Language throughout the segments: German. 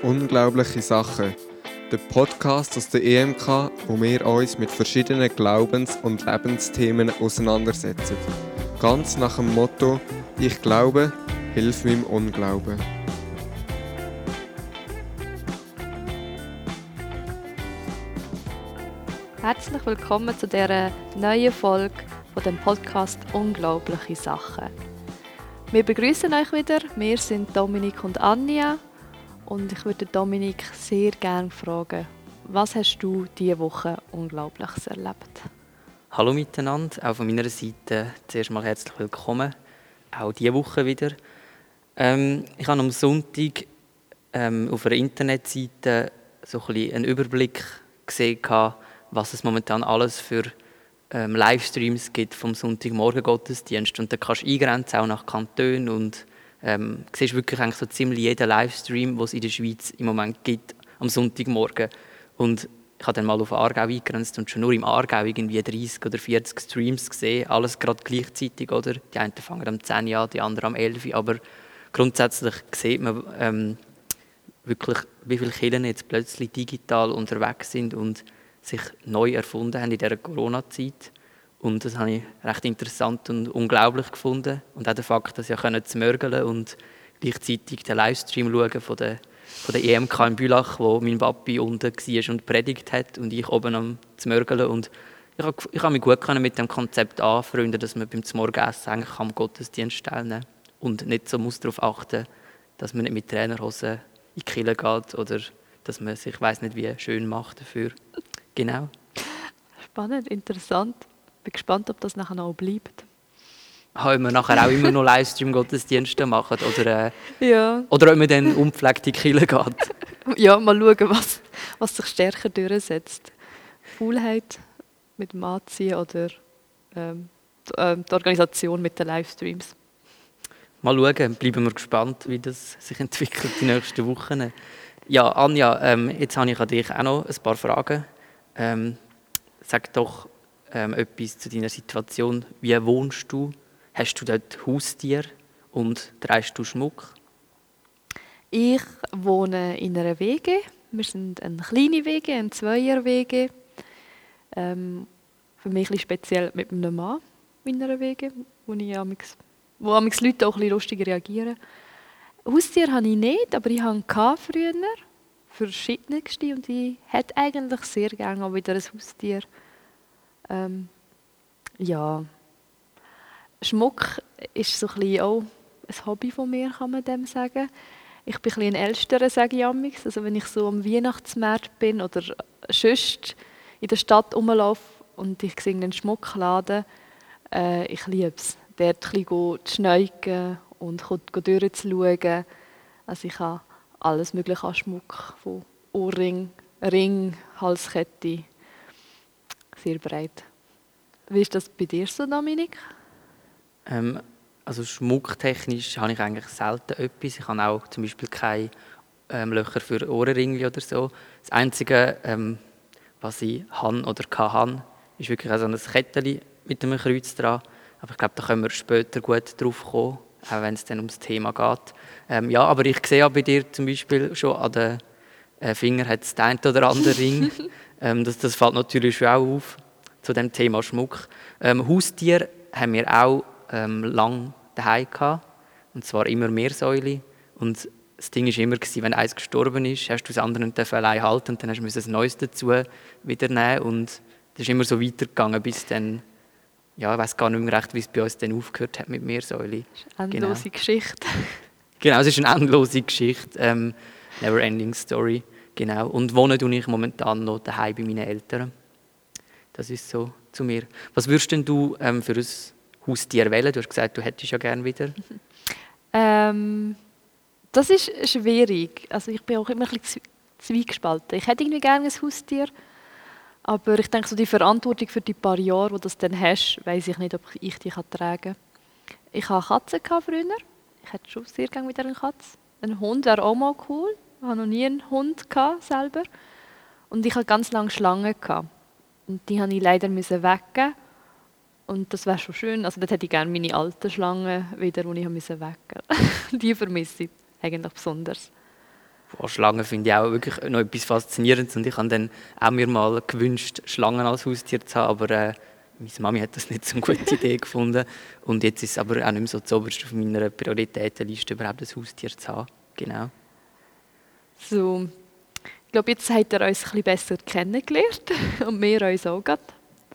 Unglaubliche Sachen. Der Podcast aus der EMK, wo wir uns mit verschiedenen Glaubens- und Lebensthemen auseinandersetzen. Ganz nach dem Motto: Ich glaube, hilf meinem Unglauben. Herzlich willkommen zu dieser neuen Folge von dem Podcast Unglaubliche Sachen. Wir begrüßen euch wieder. Wir sind Dominik und Anja und ich würde Dominik sehr gerne fragen, was hast du diese Woche Unglaubliches erlebt? Hallo miteinander, auch von meiner Seite zuerst mal herzlich willkommen, auch diese Woche wieder. Ich habe am Sonntag auf einer Internetseite so ein bisschen einen Überblick gesehen, was es momentan alles für Livestreams gibt vom Sonntagmorgen-Gottesdienst. Und da kannst du eingrenzen, auch nach Kantonen, und siehst wirklich eigentlich so ziemlich jeden Livestream, den es in der Schweiz im Moment gibt, am Sonntagmorgen. Und ich habe dann mal auf Aargau eingegrenzt und schon nur im Aargau irgendwie 30 oder 40 Streams gesehen, alles gerade gleichzeitig, oder? Die einen fangen am 10 Uhr an, die anderen am 11 Uhr, aber grundsätzlich sieht man wirklich, wie viele Kirchen jetzt plötzlich digital unterwegs sind und sich neu erfunden haben in dieser Corona-Zeit. Und das habe ich recht interessant und unglaublich gefunden. Und auch der Fakt, dass ich zmörgeln und gleichzeitig den Livestream schauen von der EMK in Bülach, wo mein Papi unten war und predigt hat und ich oben am zmörgeln. Und ich habe mich gut mit dem Konzept anfreunden, dass man beim Morgenessen eigentlich am Gottesdienst teilnehmen kann und nicht so muss darauf achten, dass man nicht mit Trainerhosen in die Kirche geht oder dass man sich, ich weiss nicht wie, schön macht dafür. Genau. Spannend, interessant. Bin gespannt, ob das nachher noch bleibt. Ob wir nachher auch immer noch Livestream-Gottesdienste machen oder Ja. Oder ob man dann unpflegt in die Kirche geht. Ja, mal schauen, was sich stärker durchsetzt. Faulheit mit dem Anziehen oder die Organisation mit den Livestreams. Mal schauen, bleiben wir gespannt, wie das sich entwickelt die nächsten Wochen. Ja, Anja, jetzt habe ich an dich auch noch ein paar Fragen. Sag doch etwas zu deiner Situation. Wie wohnst du? Hast du dort Haustier und trägst du Schmuck? Ich wohne in einer WG. Wir sind eine kleine WG, eine Zweier-WG. Für mich ein bisschen speziell mit einem Mann in einer WG, wo amigs Leute auch ein bisschen lustig reagieren. Haustier habe ich nicht, aber ich hatte früher verschiedenste und ich hätte eigentlich sehr gerne auch wieder ein Haustier. Ja, Schmuck ist so ein bisschen auch ein Hobby von mir, kann man dem sagen. Ich bin ein bisschen ein Älterer, sage ich amigs. Also wenn ich so am Weihnachtsmarkt bin oder sonst in der Stadt rumlaufe und ich sehe einen Schmuckladen, ich liebe es, dort ein bisschen zu schneuken und durchzuschauen. Also ich habe alles mögliche an Schmuck, von Ohrring, Ring, Halskette, sehr breit. Wie ist das bei dir so, Dominik? Also schmucktechnisch habe ich eigentlich selten etwas. Ich habe auch zum Beispiel keine Löcher für Ohrenringe oder so. Das Einzige, was ich habe oder kann, ist wirklich so ein Kettchen mit einem Kreuz dran. Aber ich glaube, da können wir später gut drauf kommen, auch wenn es dann ums Thema geht. Ja, aber ich sehe ja bei dir zum Beispiel schon an den Fingern hat es den einen oder anderen Ring. Das fällt natürlich schon auch auf zu dem Thema Schmuck. Haustier haben wir auch lang daheim gehabt, und zwar immer Meersäule. Und das Ding war immer, wenn eins gestorben ist, hast du das andere nicht allein halten und dann hast du ein neues dazu wieder nehmen. Und das ist immer so weitergegangen, bis dann, ja, ich weiss gar nicht mehr recht, wie es bei uns dann aufgehört hat mit Meersäule. Das ist eine endlose Geschichte. Genau, es ist eine endlose Geschichte, never ending story. Genau. Und wohne tue ich momentan noch daheim bei meinen Eltern. Das ist so zu mir. Was würdest denn du für ein Haustier wählen? Du hast gesagt, du hättest ja gerne wieder. Das ist schwierig. Also ich bin auch immer ein bisschen zwiegespalten. Ich hätte irgendwie gerne ein Haustier, aber ich denke, so die Verantwortung für die paar Jahre, die du das dann hast, weiss ich nicht, ob ich die tragen kann. Ich hatte Katzen früher. Ich hätte schon sehr gerne wieder eine Katze. Ein Hund wäre auch mal cool. Ich hatte noch nie einen Hund selber. Und ich hatte ganz lange Schlangen. Und die musste ich leider weggeben. Und das wäre schon schön. Also dort hätte ich gerne meine alten Schlangen wieder, die ich weggeben musste. Die vermisse ich eigentlich besonders. Schlangen finde ich auch wirklich noch etwas Faszinierendes und ich habe dann auch mir mal gewünscht, Schlangen als Haustier zu haben, aber meine Mami hat das nicht so eine gute Idee gefunden und jetzt ist es aber auch nicht mehr so zuoberst auf meiner Prioritätenliste, überhaupt ein Haustier zu haben. Genau. So, ich glaube, jetzt habt ihr uns ein bisschen besser kennengelernt und wir uns auch gerade.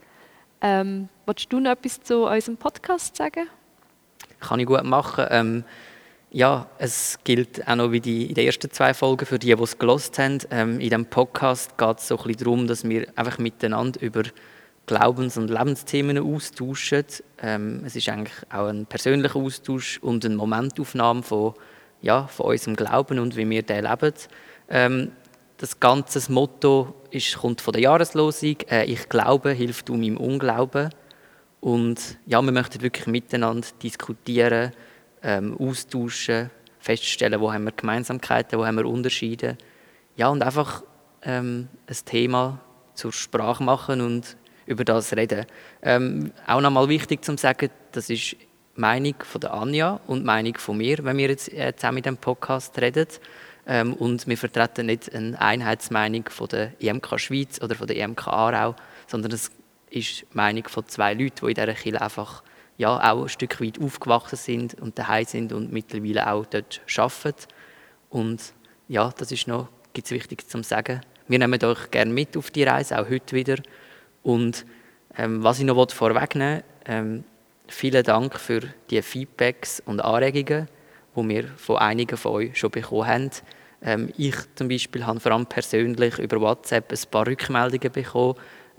Willst du noch etwas zu unserem Podcast sagen? Kann ich gut machen. Ja, es gilt auch noch wie in den ersten 2 Folgen für die es gehört haben. In diesem Podcast geht es so ein bisschen darum, dass wir einfach miteinander über Glaubens- und Lebensthemen austauschen. Es ist eigentlich auch ein persönlicher Austausch und eine Momentaufnahme von unserem Glauben und wie wir den leben. Das ganze Motto kommt von der Jahreslosung. Ich glaube, hilft du meinem Unglauben. Und ja, wir möchten wirklich miteinander diskutieren, austauschen, feststellen, wo haben wir Gemeinsamkeiten, wo haben wir Unterschiede. Ja, und einfach ein Thema zur Sprache machen und über das reden. Auch nochmal wichtig zu sagen, das ist die Meinung von der Anja und die Meinung von mir, wenn wir jetzt zusammen in diesem Podcast reden. Und wir vertreten nicht eine Einheitsmeinung von der IMK Schweiz oder von der IMK Aarau, sondern es ist die Meinung von 2 Leuten, die in dieser Kirche einfach auch ein Stück weit aufgewachsen sind und daheim sind und mittlerweile auch dort arbeiten. Und ja, das ist noch gibt's wichtig zu sagen. Wir nehmen euch gerne mit auf die Reise, auch heute wieder. Und was ich noch vorwegnehmen will, vielen Dank für die Feedbacks und Anregungen, die wir von einigen von euch schon bekommen haben. Ich zum Beispiel habe vor allem persönlich über WhatsApp ein paar Rückmeldungen bekommen.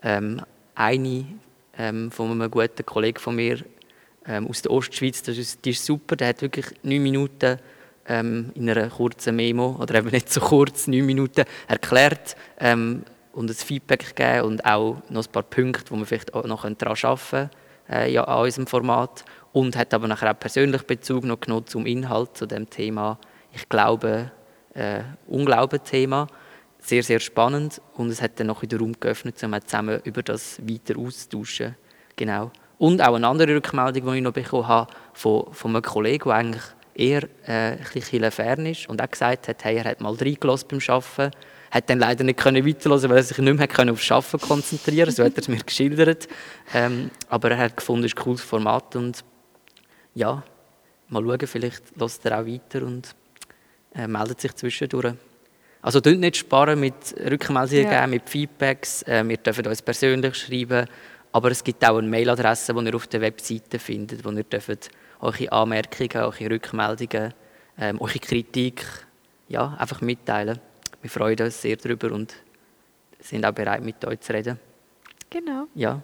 Eine von einem guten Kollegen von mir aus der Ostschweiz, die ist super, der hat wirklich 9 Minuten in einer kurzen Memo, oder eben nicht so kurz, 9 Minuten erklärt und ein Feedback gegeben und auch noch ein paar Punkte, wo wir vielleicht auch noch daran arbeiten können, an unserem Format. Und hat aber nachher auch persönlich Bezug noch genommen zum Inhalt, zu dem Thema, ich glaube, Unglauben-Thema. Sehr, sehr spannend und es hat dann noch den Raum geöffnet, um zusammen über das weiter auszutauschen. Genau. Und auch eine andere Rückmeldung, die ich noch bekommen habe, von einem Kollegen, der eigentlich eher ein bisschen fern ist und auch gesagt hat, hey, er hat mal reingelassen beim Arbeiten, hat dann leider nicht weiterhören, weil er sich nicht mehr aufs Arbeiten konzentrieren konnte, so hat er es mir geschildert. Aber er hat gefunden, es ist ein cooles Format und ja, mal schauen, vielleicht hört er auch weiter und meldet sich zwischendurch. Also nicht sparen mit Rückmeldungen geben, mit Feedbacks. Wir dürfen uns persönlich schreiben, aber es gibt auch eine Mailadresse, die ihr auf der Webseite findet, wo ihr dürft eure Anmerkungen, eure Rückmeldungen, eure Kritik einfach mitteilen. Wir freuen uns sehr darüber und sind auch bereit, mit euch zu reden. Genau. Ja.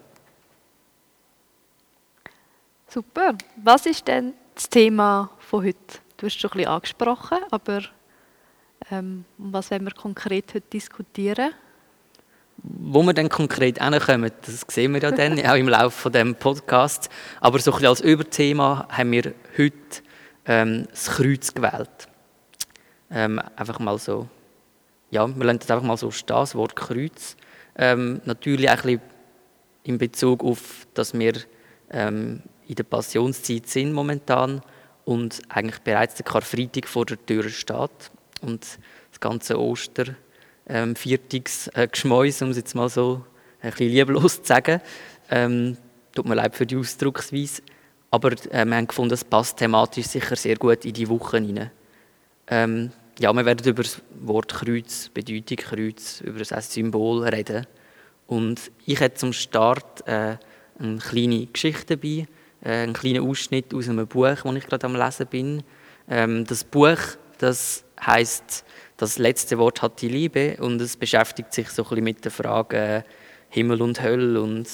Super. Was ist denn das Thema von heute? Du hast es schon ein bisschen angesprochen, aber was wollen wir konkret heute diskutieren? Wo wir dann konkret hinkommen, das sehen wir ja dann, auch im Laufe von dem Podcast. Aber so ein bisschen als Überthema haben wir heute das Kreuz gewählt. Einfach mal so, wir lassen das einfach mal so stehen, das Wort Kreuz. Natürlich auch ein bisschen in Bezug auf, dass wir in der Passionszeit sind momentan und eigentlich bereits der Karfreitag vor der Tür steht. Und das ganze Viertagsgeschmäus, um es jetzt mal so ein bisschen lieblos zu sagen. Tut mir leid für die Ausdrucksweise. Aber wir haben gefunden, es passt thematisch sicher sehr gut in die Woche hinein. Wir werden über das Wort Kreuz, Bedeutung Kreuz, über das Symbol reden. Und ich habe zum Start eine kleine Geschichte dabei, einen kleinen Ausschnitt aus einem Buch, das ich gerade am Lesen bin. Das Buch, das heisst, das letzte Wort hat die Liebe und es beschäftigt sich so ein bisschen mit der Frage Himmel und Hölle und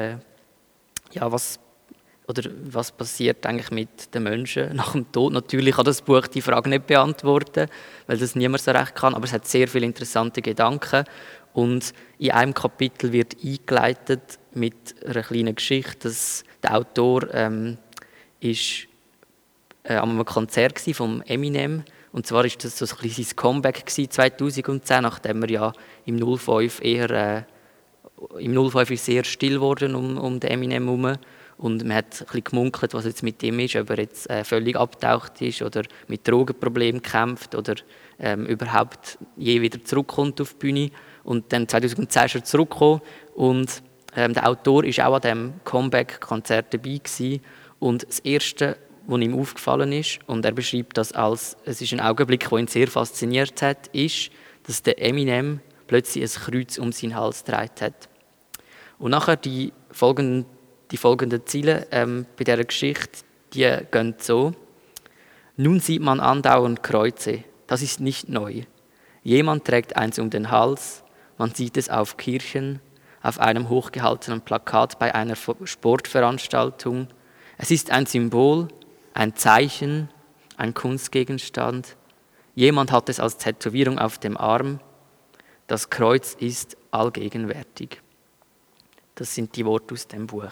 was passiert eigentlich mit den Menschen nach dem Tod. Natürlich kann das Buch die Frage nicht beantworten, weil das niemand so recht kann, aber es hat sehr viele interessante Gedanken und in einem Kapitel wird eingeleitet mit einer kleinen Geschichte, dass der Autor ist an einem Konzert von Eminem. Und zwar war das so ein bisschen sein Comeback 2010, nachdem er ja im 05 ist sehr still geworden um den Eminem herum. Und man hat ein bisschen gemunkelt, was jetzt mit ihm ist, ob er jetzt völlig abgetaucht ist oder mit Drogenproblemen kämpft oder überhaupt je wieder zurückkommt auf die Bühne. Und dann 2010 ist er zurückgekommen und der Autor war auch an diesem Comeback-Konzert dabei gewesen. Und das Erste, was ihm aufgefallen ist, und er beschreibt das als, es ist ein Augenblick, der ihn sehr fasziniert hat, ist, dass der Eminem plötzlich ein Kreuz um seinen Hals getragen hat. Und nachher die folgenden Ziele bei dieser Geschichte, die gehen so. Nun sieht man andauernd Kreuze, das ist nicht neu. Jemand trägt eins um den Hals, man sieht es auf Kirchen, auf einem hochgehaltenen Plakat bei einer Sportveranstaltung. Es ist ein Symbol, ein Zeichen, ein Kunstgegenstand. Jemand hat es als Tätowierung auf dem Arm. Das Kreuz ist allgegenwärtig. Das sind die Worte aus dem Buch.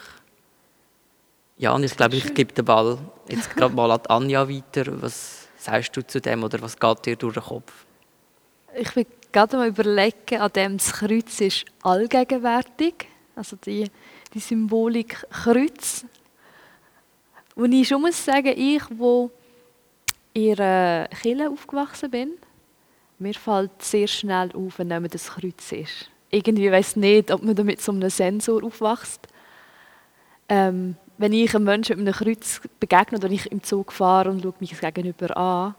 Ja, und ich glaube, ich gebe den Ball jetzt gerade mal an Anja weiter. Was sagst du zu dem oder was geht dir durch den Kopf? Ich will gerade mal überlegen, an dem das Kreuz ist allgegenwärtig, also die Symbolik Kreuz. Und ich schon muss sagen, ich, wo in einer Kirche aufgewachsen bin, mir fällt sehr schnell auf, wenn jemand das Kreuz ist. Irgendwie weiss ich nicht, ob man da mit so einem Sensor aufwächst. Wenn ich einem Menschen mit einem Kreuz begegne oder ich im Zug fahre und schaue mich das Gegenüber an,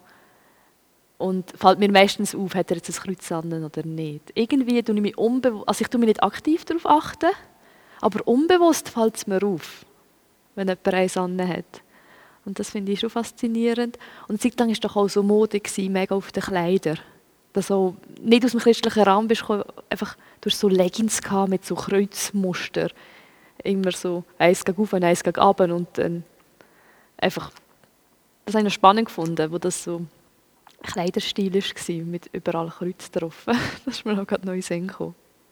und fällt mir meistens auf, hat er jetzt ein Kreuz an oder nicht. Irgendwie tue ich mich ich tue mich nicht aktiv darauf achten, aber unbewusst fällt es mir auf, wenn jemand eins an hat. Und das finde ich schon faszinierend. Und eine Zeit lang war es doch auch so Mode, mega auf den Kleidern. Dass du nicht aus dem christlichen Rahmen bist, einfach durch so Leggings mit so Kreuzmuster. Immer so eins gegen auf und eins gegen runter. Und dann einfach, das habe ich noch spannend gefunden, wo das so ein Kleiderstil war, mit überall Kreuz drauf. Das ist mir noch gerade neu in den Sinn gekommen.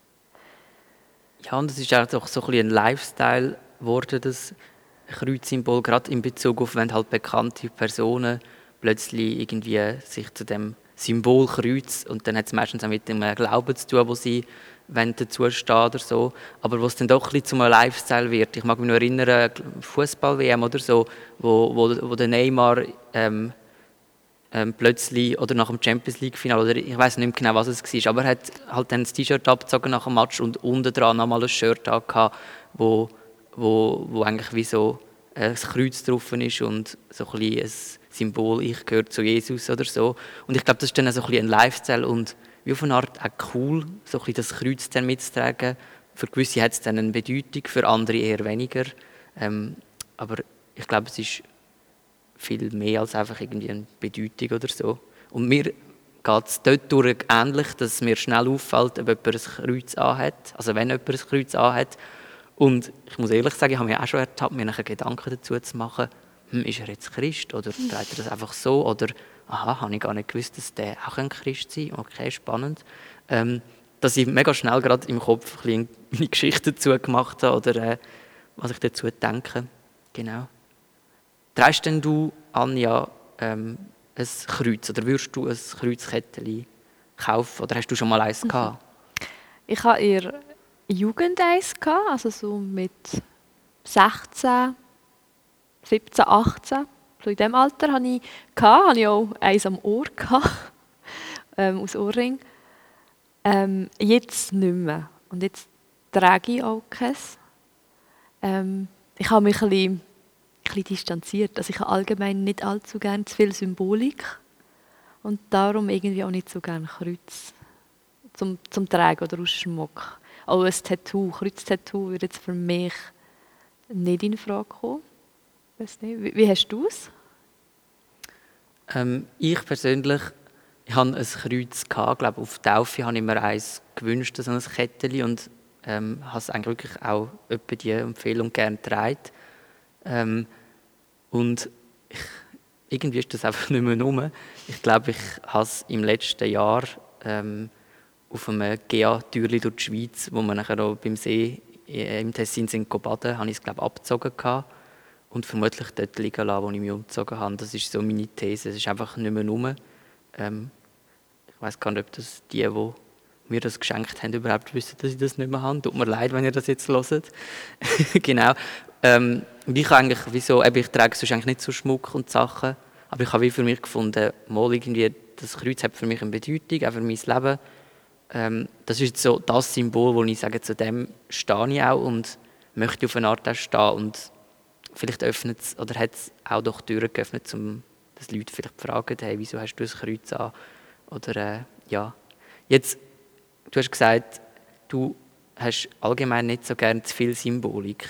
Ja, und es ist auch doch so ein bisschen ein Lifestyle geworden, das Kreuzsymbol, gerade in Bezug auf, wenn halt bekannte Personen plötzlich irgendwie sich zu dem Symbol Kreuz, und dann hat es meistens auch mit dem Glauben zu tun, wo sie dazu stehen oder so, aber wo es dann doch ein bisschen zu einem Lifestyle wird. Ich mag mich noch erinnern, Fußball-WM oder so, wo der Neymar plötzlich, oder nach dem Champions-League-Final, oder ich weiß nicht mehr genau, was es war, aber er hat halt dann das T-Shirt abgezogen nach dem Match und unten dran nochmal ein Shirt angehabt, wo eigentlich wie so ein Kreuz drauf ist und so ein bisschen ein Symbol, ich gehöre zu Jesus oder so. Und ich glaube, das ist dann so ein bisschen ein Lifestyle und wie auf eine Art auch cool, so ein bisschen das Kreuz dann mitzutragen. Für gewisse hat es dann eine Bedeutung, für andere eher weniger. Aber ich glaube, es ist viel mehr als einfach irgendwie eine Bedeutung oder so. Und mir geht es dort durch ähnlich, dass mir schnell auffällt, ob jemand ein Kreuz anhat, also wenn jemand ein Kreuz anhat. Und ich muss ehrlich sagen, ich habe mir auch schon ertappt, mir nachher Gedanken dazu zu machen, ist er jetzt Christ oder trägt er das einfach so? Oder, aha, habe ich gar nicht gewusst, dass der auch ein Christ sein kann. Okay, spannend. Dass ich mega schnell gerade im Kopf ein bisschen meine Geschichte dazu gemacht habe oder was ich dazu denke. Genau. Trägst denn du, Anja, ein Kreuz oder würdest du ein Kreuzkettchen kaufen oder hast du schon mal eins gehabt? Ich hatte in der Jugend eins, also so mit 16, 17, 18. So in diesem Alter hatte ich auch eins am Ohr, aus Ohrring. Jetzt nicht mehr. Und jetzt trage ich auch keins. Ich habe mich ein bisschen distanziert. Also ich habe allgemein nicht allzu gerne zu viel Symbolik und darum irgendwie auch nicht so gerne Kreuz zum Tragen oder aus Schmuck. Auch ein Tattoo, Kreuztattoo würde jetzt für mich nicht in Frage kommen. Weiss nicht. Wie hast du es? Ich persönlich, ich hatte ein Kreuz, glaube auf Taufe habe ich mir eins gewünscht, so ein Kettchen, und habe es eigentlich wirklich auch etwa die Empfehlung gerne getragen. Und irgendwie ist das einfach nicht mehr rum. Ich glaube, ich habe es im letzten Jahr auf einem GA-Türchen durch die Schweiz, wo wir nachher auch beim See im Tessin sind baden, habe ich es, glaube ich, abgezogen gehabt und vermutlich dort liegen lassen, wo ich mich umgezogen habe. Das ist so meine These. Es ist einfach nicht mehr rum. Ich weiss gar nicht, ob das die mir das geschenkt haben, überhaupt wissen, dass ich das nicht mehr habe. Tut mir leid, wenn ihr das jetzt hört. Genau. Und ich habe eigentlich, ich trage sonst eigentlich nicht so Schmuck und Sachen, aber ich habe wie für mich gefunden, mal irgendwie, das Kreuz hat für mich eine Bedeutung, auch für mein Leben. Das ist so das Symbol, wo ich sage, zu dem stehe ich auch und möchte auf eine Art auch stehen. Und vielleicht öffnet es, oder hat es auch doch Türen geöffnet, dass Leute vielleicht fragen, hey, wieso hast du ein Kreuz an? Oder ja. Jetzt, du hast gesagt, du hast allgemein nicht so gerne zu viel Symbolik.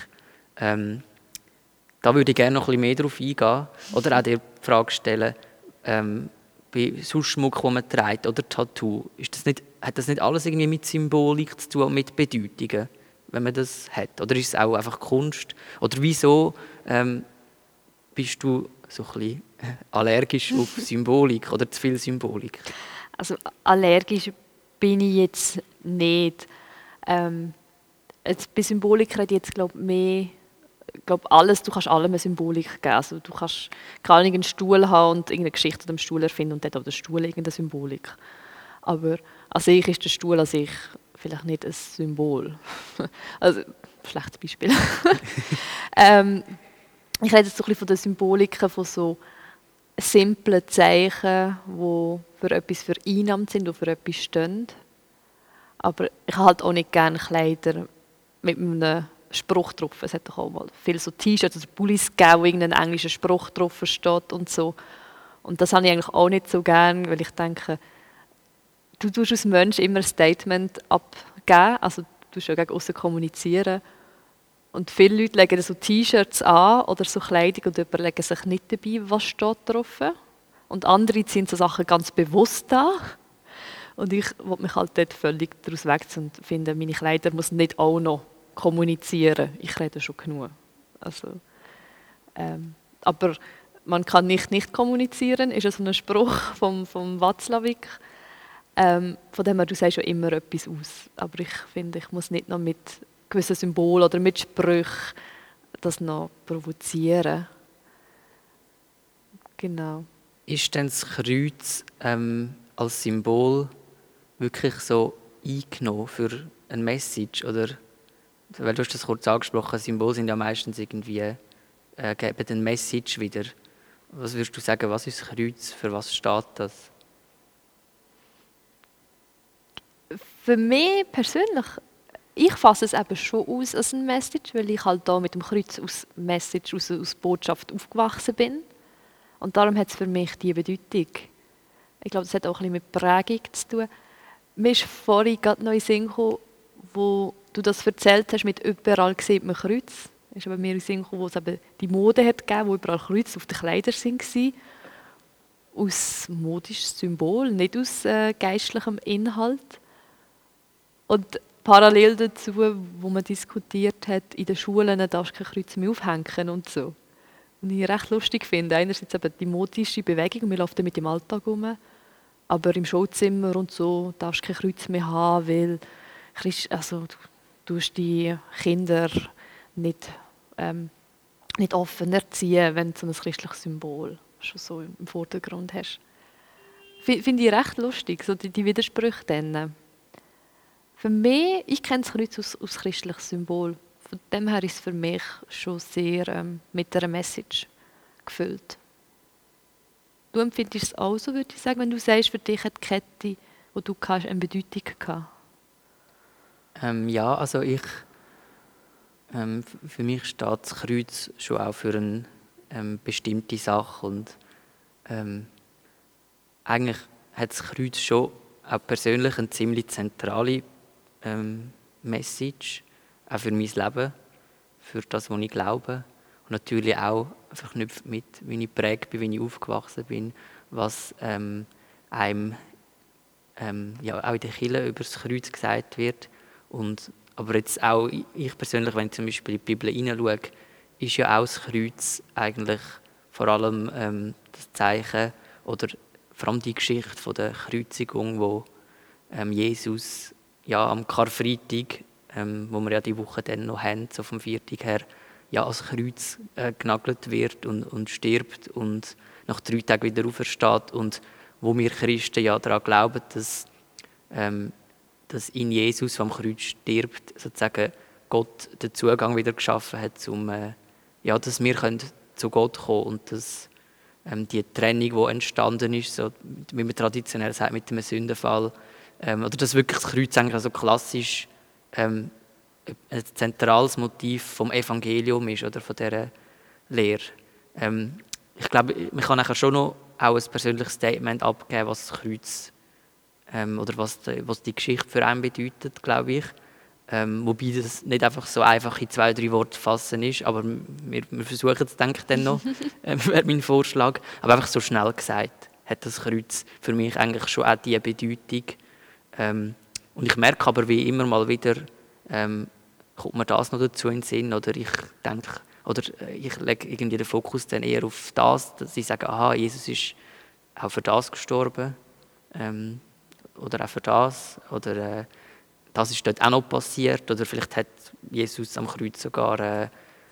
Da würde ich gerne noch ein bisschen mehr darauf eingehen. Oder auch dir die Frage stellen, bei sonst Schmuck, den man trägt, oder Tattoo, hat das nicht alles irgendwie mit Symbolik zu tun und mit Bedeutungen, wenn man das hat? Oder ist es auch einfach Kunst? Oder wieso bist du so ein bisschen allergisch auf Symbolik oder zu viel Symbolik? Also allergisch bin ich jetzt nicht. Jetzt bei Symbolik rede ich jetzt mehr, alles, du kannst allem eine Symbolik geben. Also du kannst gar nicht einen Stuhl haben und irgendeine Geschichte an dem Stuhl erfinden und dort auf dem Stuhl irgendeine Symbolik. Aber an sich ist der Stuhl an sich vielleicht nicht ein Symbol. Also, schlechtes Beispiel. Ich rede jetzt so ein bisschen von den Symboliken, von so simplen Zeichen, die für etwas vereinnahmt sind und für etwas stehen. Aber ich habe halt auch nicht gerne Kleider mit einem Spruch drauf. Es hat doch auch mal viele so T-Shirts oder Pullis gegeben, wo irgendein englischer Spruch drauf steht und so. Und das habe ich eigentlich auch nicht so gerne, weil ich denke, du tust als Mensch immer ein Statement abgeben, also du tust ja gegen aussen kommunizieren. Und viele Leute legen so T-Shirts an oder so Kleidung und überlegen sich nicht dabei, was steht drauf. Und andere ziehen so Sachen ganz bewusst an. Und ich will mich halt dort völlig daraus wegziehen und finde, meine Kleider muss nicht auch noch kommunizieren. Ich rede schon genug. Also, aber man kann nicht kommunizieren, ist ja so ein Spruch vom Václavík. Von dem her, du sagst ja immer etwas aus. Aber ich finde, ich muss nicht noch mit gewissen Symbolen oder mit Sprüchen das noch provozieren. Genau. Ist denn das Kreuz als Symbol wirklich so eingenommen für eine Message? Oder, weil du hast das kurz angesprochen, Symbole sind ja meistens irgendwie, geben eine Message wieder. Was würdest du sagen, was ist das Kreuz, für was steht das? Für mich persönlich, ich fasse es eben schon aus als eine Message, weil ich halt da mit dem Kreuz aus Message, aus Botschaft aufgewachsen bin. Und darum hat es für mich diese Bedeutung. Ich glaube, das hat auch ein bisschen mit Prägung zu tun. Mir ist vorhin gerade noch in den Sinn gekommen, wo du das erzählt hast, mit überall sieht man Kreuz. Es ist aber mir in den Sinn gekommen, wo es eben die Mode hat gegeben, wo überall Kreuz auf den Kleidern waren. Aus modischem Symbol, nicht aus geistlichem Inhalt. Und parallel dazu, wo man diskutiert hat, in den Schulen darfst du kein Kreuz mehr aufhängen und so. Und ich recht lustig finde, einerseits eben die modische Bewegung, und wir laufen damit im Alltag rum, aber im Schulzimmer und so darfst du kein Kreuz mehr haben, weil du tust die Kinder nicht offen erziehen, wenn du so ein christliches Symbol schon so im Vordergrund hast. Finde ich recht lustig, so die Widersprüche dann. Für mich, ich kenne das Kreuz als christliches Symbol. Von dem her ist es für mich schon sehr mit einer Message gefüllt. Du empfindest es auch so, würde ich sagen, wenn du sagst, für dich hat die Kette, die du hast, eine Bedeutung gehabt? Ja, also für mich steht das Kreuz schon auch für eine bestimmte Sache und eigentlich hat das Kreuz schon auch persönlich eine ziemlich zentrale Message, auch für mein Leben, für das, was ich glaube. Und natürlich auch verknüpft mit, wie ich prägt bin, wie ich aufgewachsen bin, was einem auch in der Kirche über das Kreuz gesagt wird. Aber jetzt auch ich persönlich, wenn ich zum Beispiel in die Bibel hineinschaue, ist ja auch das Kreuz eigentlich vor allem das Zeichen oder vor allem die Geschichte von der Kreuzigung, wo Jesus am Karfreitag, wo wir ja die Woche dann noch haben, so vom Viertag her, als Kreuz genagelt wird und stirbt und nach 3 Tagen wieder aufersteht. Und wo wir Christen ja daran glauben, dass in Jesus, der am Kreuz stirbt, sozusagen Gott den Zugang wieder geschaffen hat zum ja, dass wir können zu Gott kommen und dass die Trennung, die entstanden ist, so, wie man traditionell sagt, mit dem Sündenfall, oder dass wirklich das Kreuz eigentlich so klassisch ein zentrales Motiv vom Evangelium ist oder von dieser Lehre. Ich glaube, man kann nachher schon noch auch ein persönliches Statement abgeben, was das Kreuz oder was die Geschichte für einen bedeutet, glaube ich. Wobei das nicht einfach so einfach in 2, 3 Worte zu fassen ist, aber wir versuchen es, denke ich, dann noch, wäre mein Vorschlag. Aber einfach so schnell gesagt, hat das Kreuz für mich eigentlich schon auch diese Bedeutung. Und ich merke aber, wie immer mal wieder, kommt mir das noch dazu in den Sinn, oder ich denke, oder ich lege irgendwie den Fokus dann eher auf das, dass ich sage, aha, Jesus ist auch für das gestorben, oder auch für das, oder das ist dort auch noch passiert, oder vielleicht hat Jesus am Kreuz sogar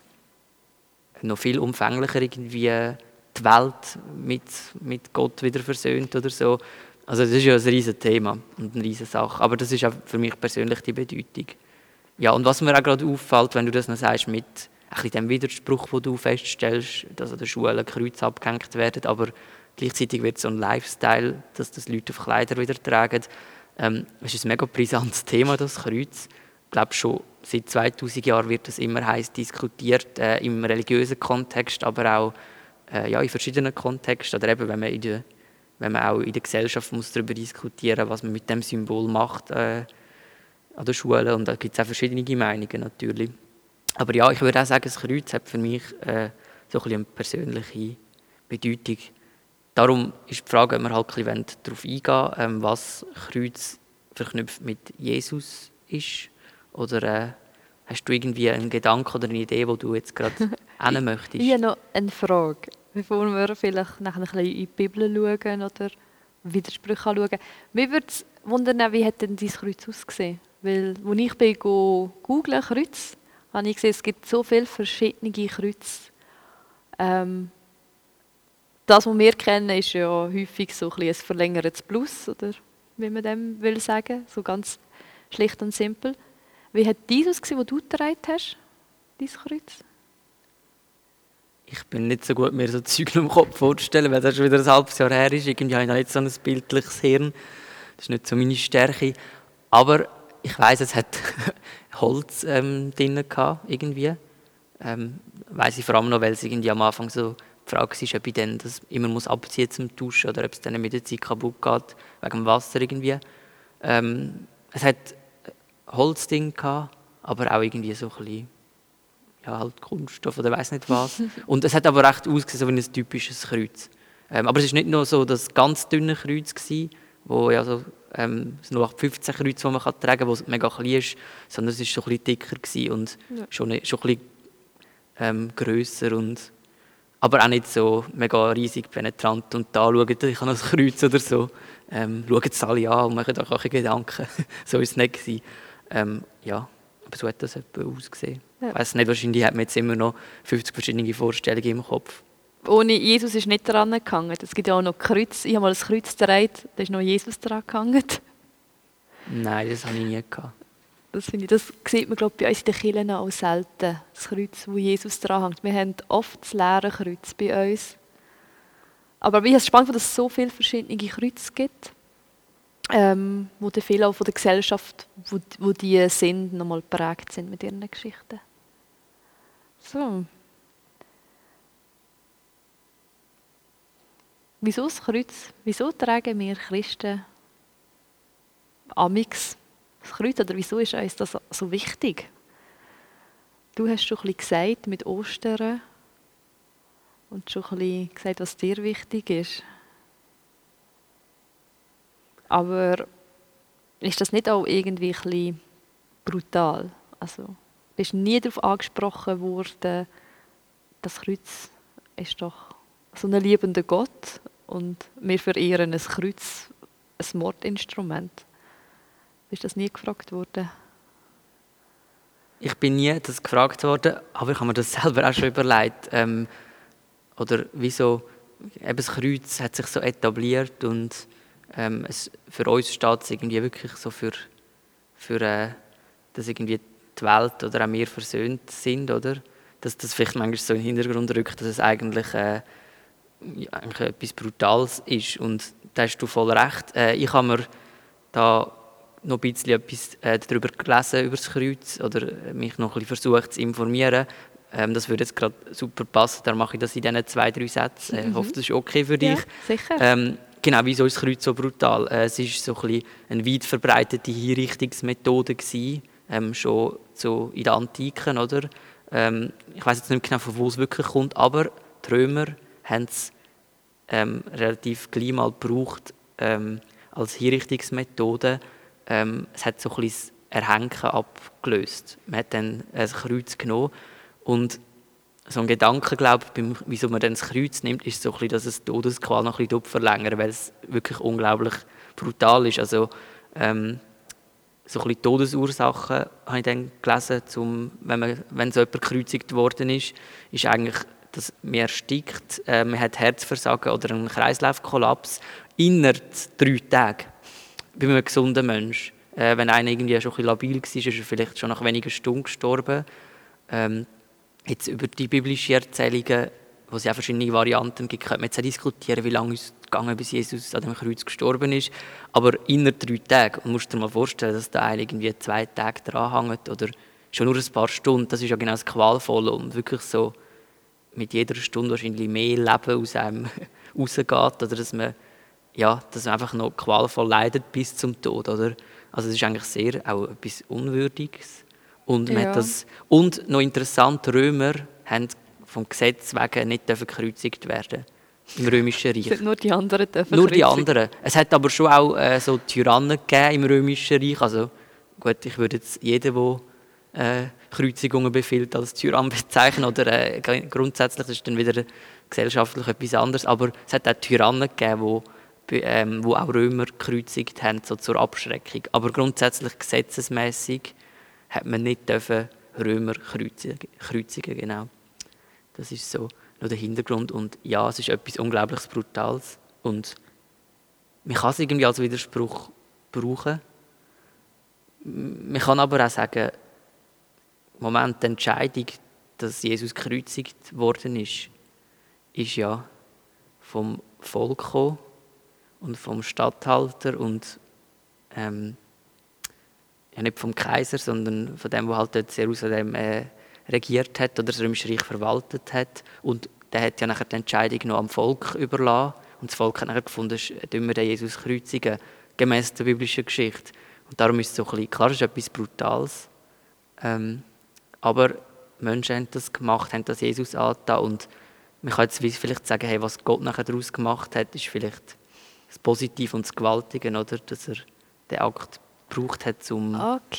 noch viel umfänglicher irgendwie die Welt mit Gott wieder versöhnt oder so. Also das ist ja ein riesiges Thema und eine riesige Sache, aber das ist auch für mich persönlich die Bedeutung. Ja, und was mir auch gerade auffällt, wenn du das noch sagst, mit ein bisschen dem Widerspruch, den du feststellst, dass an der Schule Kreuze abgehängt werden, aber gleichzeitig wird es so ein Lifestyle, dass das Leute auf Kleider wieder tragen. Es ist ein mega brisantes Thema, das Kreuz. Ich glaube, schon seit 2000 Jahren wird das immer heiß diskutiert, im religiösen Kontext, aber auch in verschiedenen Kontexten. Oder eben, wenn man auch in der Gesellschaft muss darüber diskutieren, was man mit dem Symbol macht an der Schule. Und da gibt es auch verschiedene Meinungen natürlich. Aber ja, ich würde auch sagen, das Kreuz hat für mich so ein bisschen eine persönliche Bedeutung. Darum ist die Frage, ob wir halt ein bisschen darauf eingehen, was Kreuz verknüpft mit Jesus ist. Oder hast du irgendwie einen Gedanken oder eine Idee, wo du jetzt gerade hin möchtest? Ich habe noch eine Frage, bevor wir vielleicht nachher ein bisschen in die Bibel schauen oder Widersprüche anschauen. Mich würde es wundern, wie hat denn dein Kreuz ausgesehen? Weil, als ich googeln Kreuz, habe ich gesehen, es gibt so viele verschiedene Kreuze. Das, was wir kennen, ist ja häufig so ein verlängertes Plus, oder wie man dem will sagen, so ganz schlicht und simpel. Wie hat dies ausgesehen, was du getragen hast, dein Kreuz? Ich bin nicht so gut, mir so Zeug im Kopf vorzustellen, weil das schon wieder ein halbes Jahr her ist. Irgendwie habe ich nicht so ein bildliches Hirn. Das ist nicht so meine Stärke. Aber ich weiss, es hat Holz drin gehabt, irgendwie. Weiss ich vor allem noch, weil es irgendwie am Anfang so die Frage war, ob ich dann das immer muss abziehen zum Duschen oder ob es dann mit der Zeit kaputt geht, wegen dem Wasser irgendwie. Es hat Holzding gehabt, aber auch irgendwie so ein bisschen, ja, halt Kunststoff oder weiss nicht was. Und es hat aber recht ausgesehen, so wie ein typisches Kreuz. Aber es war nicht nur so das ganz dünne Kreuz gewesen, wo ja so das 0815 Kreuz, das man tragen kann, das mega klein ist, sondern es war so ein bisschen dicker gewesen und Ja. schon ein bisschen grösser und aber auch nicht so mega riesig penetrant. Und da schaut ich habe ein Kreuz oder so, schauen es alle an und machen euch auch Gedanken. So war es nicht gewesen. Ja, aber so hat das etwa ausgesehen. Ja. Ich weiss nicht, wahrscheinlich hat man jetzt immer noch 50 verschiedene Vorstellungen im Kopf. Ohne Jesus ist nicht dran gehangen. Es gibt ja auch noch Kreuz. Ich habe mal ein Kreuz getragen, da ist noch Jesus dran gehangen. Nein, das habe ich nie gehabt. Das sieht man, glaube ich, bei uns in den Kirchen auch selten. Das Kreuz, wo Jesus dran hängt. Wir haben oft das leere Kreuz bei uns. Aber ich finde es spannend, dass es so viele verschiedene Kreuze gibt, wo dann viele auch von der Gesellschaft, wo die sind, nochmal geprägt sind mit ihren Geschichten. So. Wieso das Kreuz? Wieso tragen wir Christen amix das Kreuz? Oder wieso ist uns das so wichtig? Du hast schon ein bisschen gesagt mit Ostern und schon ein bisschen gesagt, was dir wichtig ist. Aber ist das nicht auch irgendwie ein bisschen brutal? Also, bist du nie darauf angesprochen worden, das Kreuz ist doch so ein liebender Gott und wir verehren ein Kreuz, ein Mordinstrument. Ist das nie gefragt worden? Ich bin nie das gefragt worden, aber ich habe mir das selber auch schon überlegt. Oder wieso, eben das Kreuz hat sich so etabliert und für uns steht es irgendwie wirklich so für dass irgendwie die Welt oder auch wir versöhnt sind, oder? dass das vielleicht manchmal so in den Hintergrund rückt, dass es eigentlich, eigentlich etwas Brutales ist. Und da hast du voll recht. Ich habe mir da noch ein bisschen etwas darüber gelesen, über das Kreuz, oder mich noch ein bisschen versucht zu informieren. Das würde jetzt gerade super passen, darum mache ich das in diesen 2-3 Sätzen. Ich hoffe, das ist okay für dich. Ja, sicher. Genau, wieso ist das Kreuz so brutal? Es war so ein bisschen eine weit verbreitete Hinrichtungsmethode gewesen, schon so in der Antike, oder? Ich weiß jetzt nicht genau, von wo es wirklich kommt, aber die Römer haben es relativ gleich mal gebraucht als Hinrichtungsmethode. Es hat so ein bisschen das Erhängen abgelöst. Man hat dann ein Kreuz genommen und so ein Gedanke, glaube ich, wieso man dann das Kreuz nimmt, ist so ein bisschen, dass es die Todesqual noch ein bisschen verlängert, weil es wirklich unglaublich brutal ist. Also so ein bisschen Todesursachen habe ich dann gelesen, wenn so jemand gekreuzigt worden ist eigentlich, dass man erstickt, man hat Herzversagen oder einen Kreislaufkollaps innerhalb 3 Tagen bei einem gesunden Menschen. Wenn einer irgendwie schon ein bisschen labil war, ist er vielleicht schon nach wenigen Stunden gestorben. Jetzt über die biblischen Erzählungen, wo es ja verschiedene Varianten gibt, könnte man jetzt auch diskutieren, wie lange es gegangen bis Jesus an dem Kreuz gestorben ist. Aber innerhalb 3 Tage, und musst dir mal vorstellen, dass da einer irgendwie 2 Tage dranhängt oder schon nur ein paar Stunden, das ist ja genau das Qualvolle und wirklich so mit jeder Stunde wahrscheinlich mehr Leben aus einem rausgeht, oder dass man einfach noch qualvoll leidet bis zum Tod, oder? Also das ist eigentlich sehr auch etwas Unwürdiges. Und, und noch interessant, die Römer haben vom Gesetz wegen nicht gekreuzigt werden im Römischen Reich. Nur die anderen dürfen Nur die anderen. Es hat aber schon auch so Tyrannen gegeben im Römischen Reich. Also gut, ich würde jetzt jeden, der Kreuzigungen befiehlt, als Tyrann bezeichnen. Oder grundsätzlich ist dann wieder gesellschaftlich etwas anderes. Aber es hat auch Tyrannen gegeben, wo auch Römer gekreuzigt haben, so zur Abschreckung. Aber grundsätzlich gesetzesmäßig hat man nicht Römer kreuzigen, genau. Das ist so noch der Hintergrund. Und ja, es ist etwas unglaublich Brutales. Und man kann es irgendwie als Widerspruch brauchen. Man kann aber auch sagen, Moment, die Entscheidung, dass Jesus gekreuzigt worden ist ja vom Volk gekommen und vom Statthalter und ja, nicht vom Kaiser, sondern von dem, der halt dort Jerusalem regiert hat oder das Römische Reich verwaltet hat. Und der hat ja nachher die Entscheidung noch am Volk überlassen. Und das Volk hat nachher gefunden, dass wir den Jesus kreuzigen, gemäss der biblischen Geschichte. Und darum ist es so ein bisschen, klar, es ist etwas Brutales. Aber Menschen haben das gemacht, haben das Jesus angetan. Und man kann jetzt vielleicht sagen, hey, was Gott nachher daraus gemacht hat, ist vielleicht das Positive und das Gewaltige, oder? Dass er den Akt gebraucht hat, um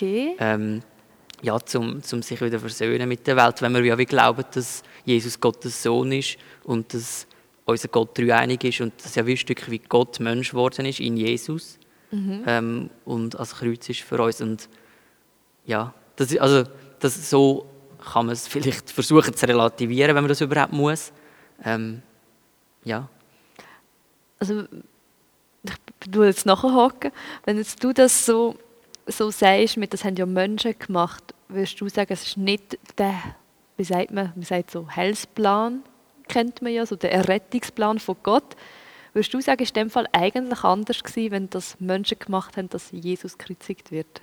sich wieder versöhnen mit der Welt. Wenn wir ja wie glauben, dass Jesus Gottes Sohn ist und dass unser Gott dreieinig ist und dass ja wie ein Stück wie Gott Mensch geworden ist in Jesus und als Kreuz ist für uns. Und ja, so kann man es vielleicht versuchen zu relativieren, wenn man das überhaupt muss. Ja. Also ich tue jetzt nachhaken. Wenn jetzt du das so sagst, das haben ja Menschen gemacht, würdest du sagen, es ist nicht der, wie sagt man so Heilsplan, kennt man ja, so der Errettungsplan von Gott. Würdest du sagen, es war in dem Fall eigentlich anders gewesen, wenn das Menschen gemacht haben, dass Jesus gekreuzigt wird?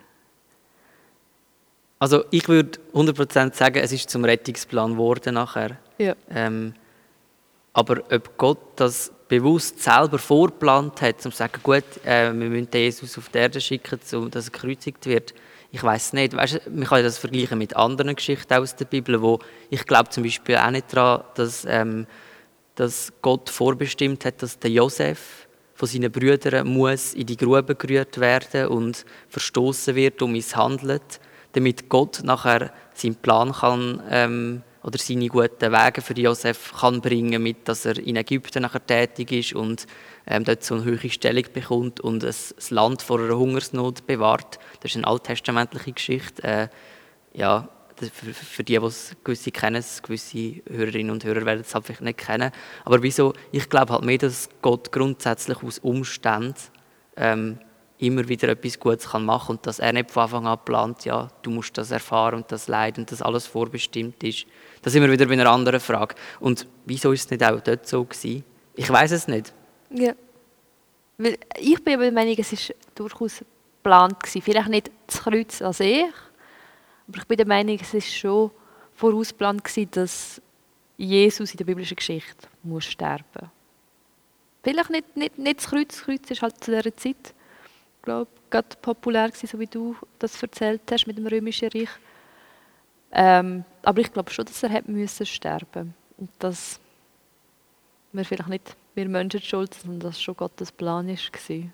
Also ich würde 100% sagen, es ist zum Rettungsplan geworden nachher. Ja. Aber ob Gott das bewusst selber vorgeplant hat, um zu sagen, gut, wir müssen Jesus auf die Erde schicken, dass er gekreuzigt wird, ich weiß nicht. Weißt, man kann das vergleichen mit anderen Geschichten aus der Bibel, wo ich glaube zum Beispiel auch nicht daran, dass Gott vorbestimmt hat, dass der Josef von seinen Brüdern muss in die Grube gerührt werden und verstoßen wird und misshandelt, damit Gott nachher seinen Plan kann oder seine guten Wege für Josef kann bringen, mit, dass er in Ägypten nachher tätig ist und dort so eine hohe Stellung bekommt und das Land vor einer Hungersnot bewahrt. Das ist eine alttestamentliche Geschichte. Ja, für die es gewisse kennen, gewisse Hörerinnen und Hörer werden es halt vielleicht nicht kennen. Aber wieso? Ich glaube halt mehr, dass Gott grundsätzlich aus Umständen immer wieder etwas Gutes machen kann und dass er nicht von Anfang an plant, ja, du musst das erfahren und das leiden und dass alles vorbestimmt ist. Da sind wir wieder bei einer anderen Frage. Und wieso ist es nicht auch dort so gewesen? Ich weiß es nicht. Ja. Weil ich bin aber der Meinung, es war durchaus geplant gewesen. Vielleicht nicht das Kreuz an sich, aber ich bin der Meinung, es war schon vorausgeplant gewesen, dass Jesus in der biblischen Geschichte muss sterben. Vielleicht nicht das Kreuz. Das Kreuz ist halt zu dieser Zeit, glaube ich, gerade populär gewesen, so wie du das erzählt hast mit dem Römischen Reich. Aber ich glaube schon, dass er hätte müssen sterben. Und dass wir vielleicht nicht wir Menschen schuld sind, sondern dass schon Gottes Plan war.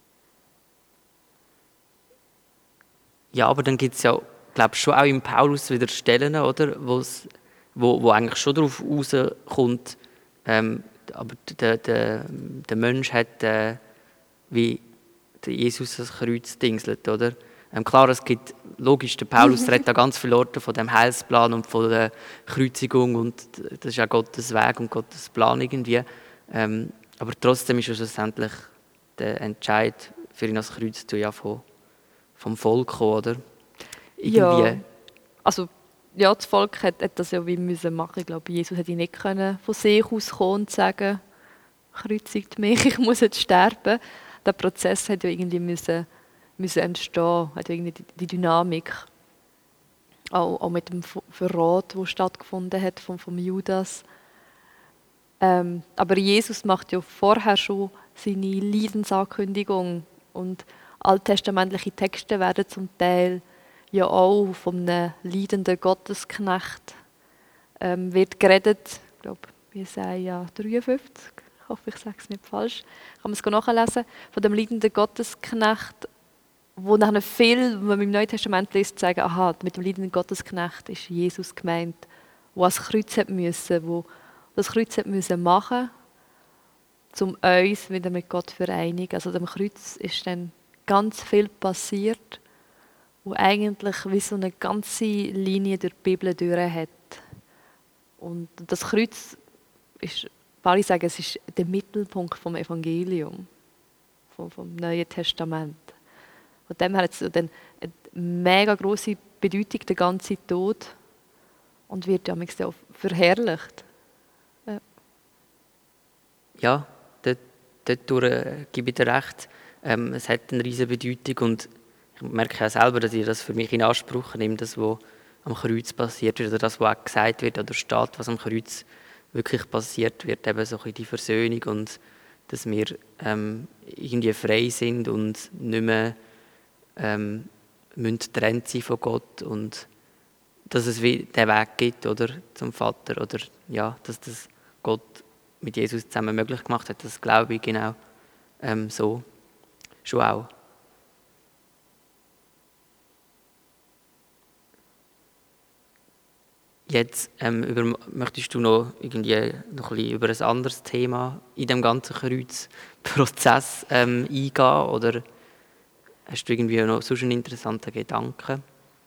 Ja, aber dann gibt es ja, glaube ich, schon auch im Paulus wieder Stellen, oder, wo eigentlich schon darauf rauskommt, aber der Mensch hat wie der Jesus das Kreuz dingselt, oder? Klar, es gibt, logisch, der Paulus redet an ganz vielen Orten von dem Heilsplan und von der Kreuzigung und das ist ja Gottes Weg und Gottes Plan irgendwie. Aber trotzdem ist ja schlussendlich der Entscheid für ihn als Kreuz ja vom Volk kommen, oder? Irgendwie. Ja, also ja, das Volk hat das ja wie müssen machen. Ich glaube, Jesus hätte nicht können von sich aus kommen und sagen, kreuzigt mich, ich muss jetzt sterben. Der Prozess hat ja irgendwie müssen entstehen, hat ja irgendwie die Dynamik. Auch mit dem Verrat, der stattgefunden hat vom Judas. Aber Jesus macht ja vorher schon seine Leidensankündigung und alttestamentliche Texte werden zum Teil ja auch von einem leidenden Gottesknecht wird geredet. Ich glaube, Jesaja 53. Ich hoffe, ich sage es nicht falsch. Kann man es nachlesen. Von dem leidenden Gottesknecht, wo nachher viel, wenn man im Neuen Testament liest, sagen, aha, mit dem leidenden Gottesknecht ist Jesus gemeint, der ans Kreuz hat müssen, wo das Kreuz hat müssen machen, um uns wieder mit Gott zu vereinigen. Also dem Kreuz ist dann ganz viel passiert, wo eigentlich wie so eine ganze Linie durch die Bibel durch hat. Und das Kreuz ist, alle sagen, es ist der Mittelpunkt vom Evangelium, vom Neuen Testament. Von dem her hat es dann eine mega grosse Bedeutung, der ganze Tod, und wird ja auch verherrlicht. Ja, dort gebe ich dir recht. Es hat eine riesige Bedeutung und ich merke ja selber, dass ich das für mich in Anspruch nehme, das, was am Kreuz passiert wird oder das, was auch gesagt wird oder steht, was am Kreuz wirklich passiert wird, eben so ein bisschen die Versöhnung und dass wir irgendwie frei sind und nicht mehr müssen getrennt sein von Gott und dass es wie den Weg gibt, oder, zum Vater oder ja, dass das Gott mit Jesus zusammen möglich gemacht hat, das glaube ich genau so schon auch. Jetzt möchtest du noch ein bisschen über ein anderes Thema in dem ganzen Kreuzprozess eingehen oder hast du irgendwie noch sonst einen interessanten Gedanken?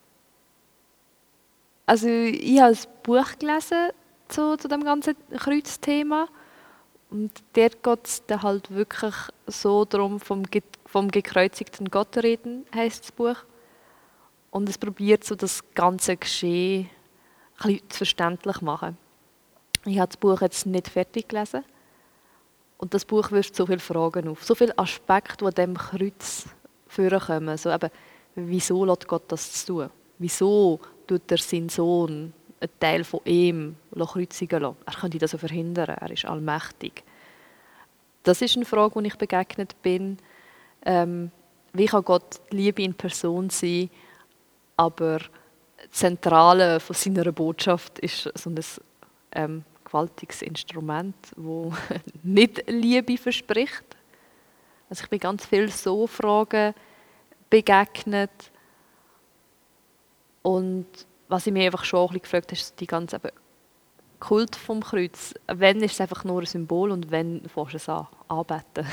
Also ich habe ein Buch gelesen zu dem ganzen Kreuzthema und dort geht es dann halt wirklich so darum, vom gekreuzigten Gott reden, heisst das Buch. Und es probiert so das ganze Geschehen ein bisschen verständlich zu machen. Ich habe das Buch jetzt nicht fertig gelesen und das Buch wirft so viele Fragen auf, so viele Aspekte, die an diesem Kreuz vorkommen. So eben, wieso lässt Gott das tun? Wieso tut er seinen Sohn, einen Teil von ihm, kreuzigen lassen? Er könnte das so verhindern, er ist allmächtig. Das ist eine Frage, die ich begegnet bin. Wie kann Gott die Liebe in Person sein, aber das Zentrale von seiner Botschaft ist so ein gewaltiges Instrument, das nicht Liebe verspricht. Also ich bin ganz viel so Fragen begegnet. Und was ich mir einfach schon ein bisschen gefragt habe, ist die ganze Kult vom Kreuz. Wann ist es einfach nur ein Symbol und wann fängst du es an, anbeten?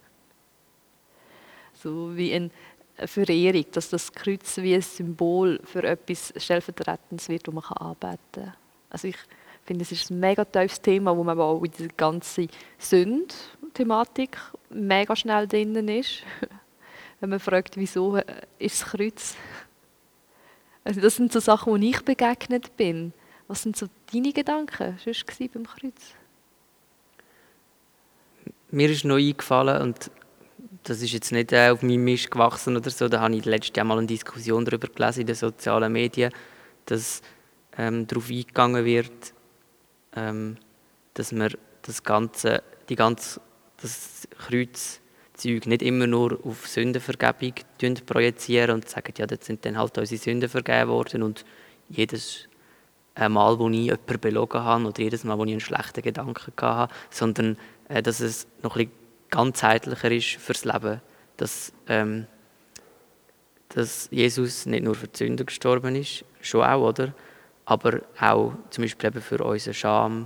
So wie eine Verehrung, dass das Kreuz wie ein Symbol für etwas Stellvertretendes wird, das man anbeten kann. Also ich finde, es ist ein mega tiefes Thema, wo man aber auch in der ganzen Sünde-Thematik mega schnell drin ist. wenn man fragt, wieso ist das Kreuz. Also das sind so Sachen, wo ich begegnet bin. Was sind so deine Gedanken sonst beim Kreuz? Mir ist noch eingefallen, und das ist jetzt nicht auf meinem Mist gewachsen oder so, da habe ich letztes Jahr mal eine Diskussion darüber gelesen in den sozialen Medien, dass darauf eingegangen wird, dass wir das Kreuzzeug nicht immer nur auf Sündenvergebung projizieren und sagen, ja, dort sind dann halt unsere Sünden vergeben worden und jedes Mal, wo ich jemanden belogen habe oder jedes Mal, wo ich einen schlechten Gedanken hatte, sondern dass es noch ein bisschen ganzheitlicher ist fürs Leben, dass Jesus nicht nur für die Sünden gestorben ist, schon auch, oder? Aber auch zum Beispiel eben für unsere Scham,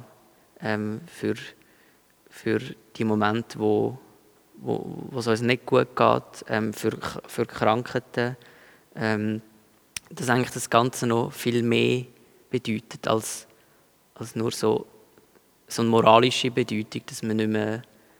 für die Momente, wo es uns nicht gut geht, für Krankheiten, dass eigentlich das Ganze noch viel mehr bedeutet als nur so eine moralische Bedeutung, dass man nicht mehr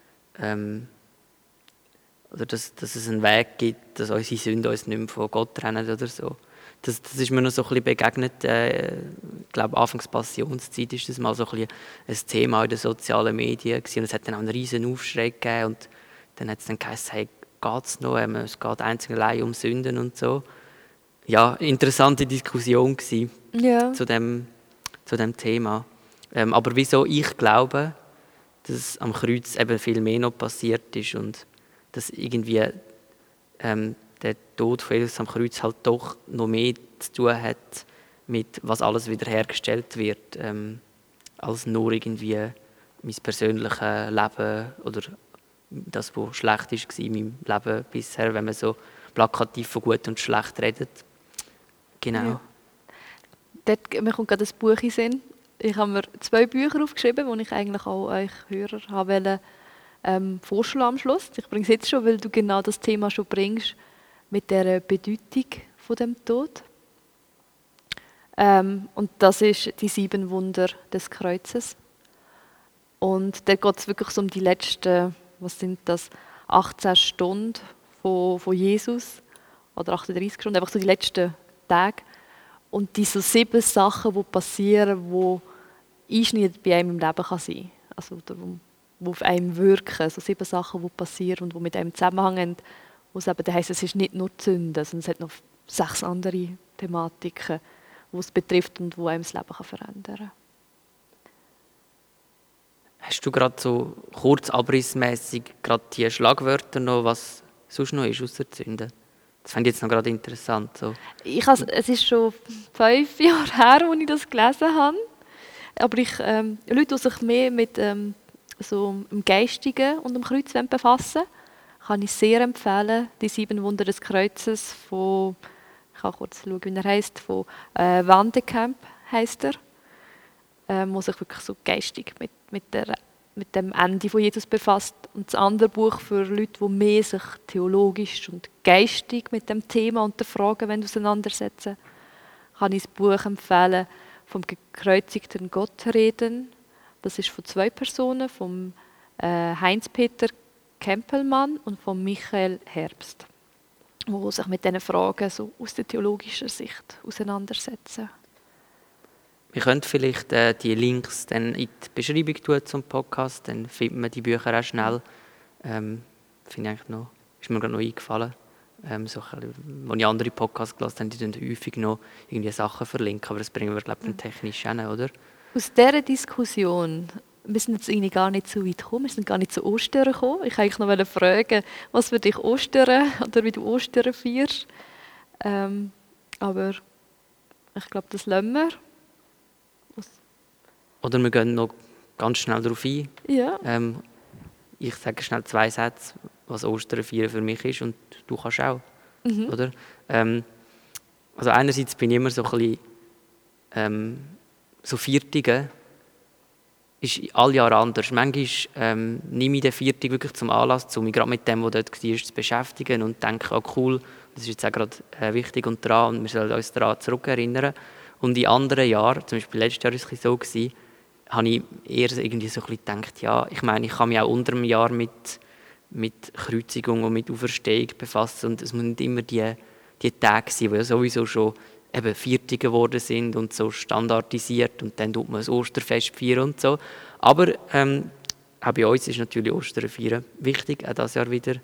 oder dass es einen Weg gibt, dass unsere Sünden uns nicht mehr von Gott trennen oder so. Das ist mir noch so ein bisschen begegnet. Ich glaube, Anfangs Passionszeit ist das mal so ein Thema in den sozialen Medien gewesen. Und es hat dann auch einen riesen Aufschrei gegeben. Und dann hat es dann geheißen, hey, geht es noch? Es geht einzig und allein um Sünden und so. Ja, interessante Diskussion gewesen zu dem Thema. Aber wieso ich glaube, dass am Kreuz eben viel mehr noch passiert ist und dass irgendwie der Tod von Jesus am Kreuz halt doch noch mehr zu tun hat mit was alles wiederhergestellt wird, als nur irgendwie mein persönliches Leben oder das, was schlecht war in meinem Leben bisher, wenn man so plakativ von gut und schlecht redet. Genau. Ja. Mir kommt gerade ein Buch in den Sinn. Ich habe mir 2 Bücher aufgeschrieben, die ich eigentlich auch euch Hörer wollte, vorschlagen am Schluss. Ich bringe es jetzt schon, weil du genau das Thema schon bringst, mit der Bedeutung von dem Tod. Und das ist die 7 Wunder des Kreuzes. Und da geht es wirklich so um die letzten, 18 Stunden von Jesus, oder 38 Stunden, einfach so die letzten Tage. Und diese 7 Sachen, die passieren, die einschneidend bei einem im Leben kann sein. Also, die auf einem wirken. So 7 Sachen, die passieren und die mit einem zusammenhängen. Wo es eben heisst, es ist nicht nur die Sünde, sondern es hat noch 6 andere Thematiken, die es betrifft und die einem das Leben verändern kann. Hast du gerade so kurz abrissmässig gerade die Schlagwörter noch, was sonst noch ist außer die Sünde? Das fände ich jetzt noch gerade interessant. So. Es ist schon 5 Jahre her, als ich das gelesen habe. Aber Leute, die sich mehr mit so dem Geistigen und dem Kreuz befassen, kann ich sehr empfehlen. Die 7 Wunder des Kreuzes von, ich kann kurz schauen, wie er heisst, von Van de Kamp heisst er, wo sich wirklich so geistig mit dem Ende von Jesus befasst. Und das andere Buch für Leute, die mehr sich theologisch und geistig mit dem Thema und den Fragen auseinandersetzen, kann ich das Buch empfehlen, vom gekreuzigten Gott reden. Das ist von 2 Personen, vom Heinz-Peter Kempelmann und von Michael Herbst, die sich mit diesen Fragen so aus der theologischen Sicht auseinandersetzen. Wir können vielleicht die Links dann in die Beschreibung tun zum Podcast, dann findet man die Bücher auch schnell. Finde ich eigentlich noch, ist mir gerade noch eingefallen. Als ich andere Podcasts gelesen habe, die dann häufig noch irgendwie Sachen verlinken, aber das bringen wir, glaube ich, technisch hin, oder? Aus dieser Diskussion, wir sind jetzt eigentlich gar nicht so weit gekommen, wir sind gar nicht zu Ostern gekommen. Ich wollte eigentlich noch fragen, was für dich Ostern oder wie du Ostern feierst. Aber ich glaube, das lassen wir. Oder wir gehen noch ganz schnell darauf ein. Ja. Ich sage schnell 2 Sätze, was Ostern feiern für mich ist, und du kannst auch. Oder? Also einerseits bin ich immer so ein bisschen so Viertige ist alle Jahre anders. Manchmal nehme ich den Viertig wirklich zum Anlass, um mich gerade mit dem, was dort war, zu beschäftigen und denke, oh cool, das ist jetzt auch gerade wichtig und dran und wir sollen uns daran zurückerinnern. Und in anderen Jahren, zum Beispiel letztes Jahr war es so, habe ich eher irgendwie so ein bisschen gedacht, ja, ich meine, ich kann mich auch unter einem Jahr mit mit Kreuzigung und mit Auferstehung befassen. Und es muss nicht immer die Tage sein, die ja sowieso schon eben Viertige geworden sind und so standardisiert und dann tut man das Osterfest feiern und so. Aber auch bei uns ist natürlich Ostern feiern wichtig, auch dieses Jahr wieder.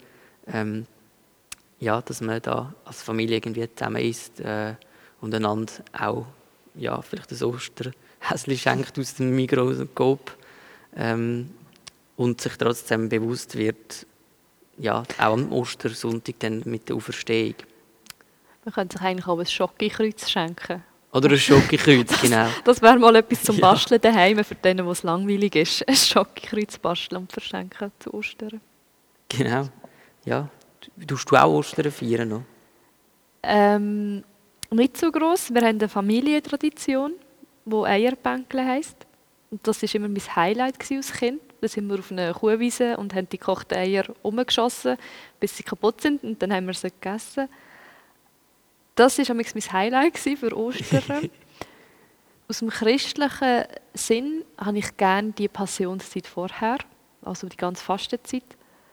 Dass man da als Familie irgendwie zusammen isst und einander auch vielleicht ein Osterhäsli schenkt aus dem Migros und Coop und sich trotzdem bewusst wird, auch am Ostersonntag dann mit der Auferstehung. Man könnte sich eigentlich auch ein Schokokreuz schenken. Oder ein Schokokreuz, genau. Das wäre mal etwas zum Basteln daheim, für denen, wo es langweilig ist. Ein Schokokreuz basteln und verschenken zu Ostern. Genau, ja. Tust du auch Ostern feiern noch? Nicht so gross. Wir haben eine Familientradition, die Eierbänkle heisst. Und das war immer mein Highlight als Kind. Da sind wir auf einer Kuhwiese und haben die gekochten Eier umgeschossen, bis sie kaputt sind. Und dann haben wir sie gegessen. Das war mein Highlight für Ostern. Aus dem christlichen Sinn habe ich gerne die Passionszeit vorher, also die ganze Fastenzeit.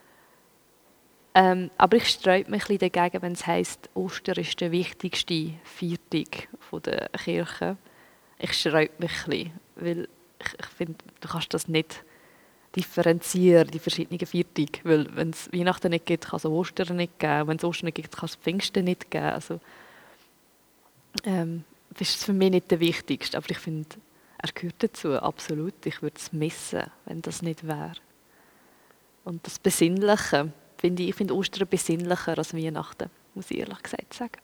Aber ich sträube mich ein bisschen dagegen, wenn es heisst, Ostern ist der wichtigste Feiertag der Kirche. Ich sträube mich ein bisschen, weil ich finde, du kannst das nicht differenzieren, die verschiedenen Feiertage. Weil wenn es Weihnachten nicht gibt, kann es Ostern nicht geben. Wenn es Ostern nicht gibt, kann es Pfingsten nicht geben. Also, das ist für mich nicht der wichtigste, aber ich finde, er gehört dazu, absolut. Ich würde es missen, wenn das nicht wäre. Und das Besinnliche, ich finde Ostern besinnlicher als Weihnachten, muss ich ehrlich gesagt sagen.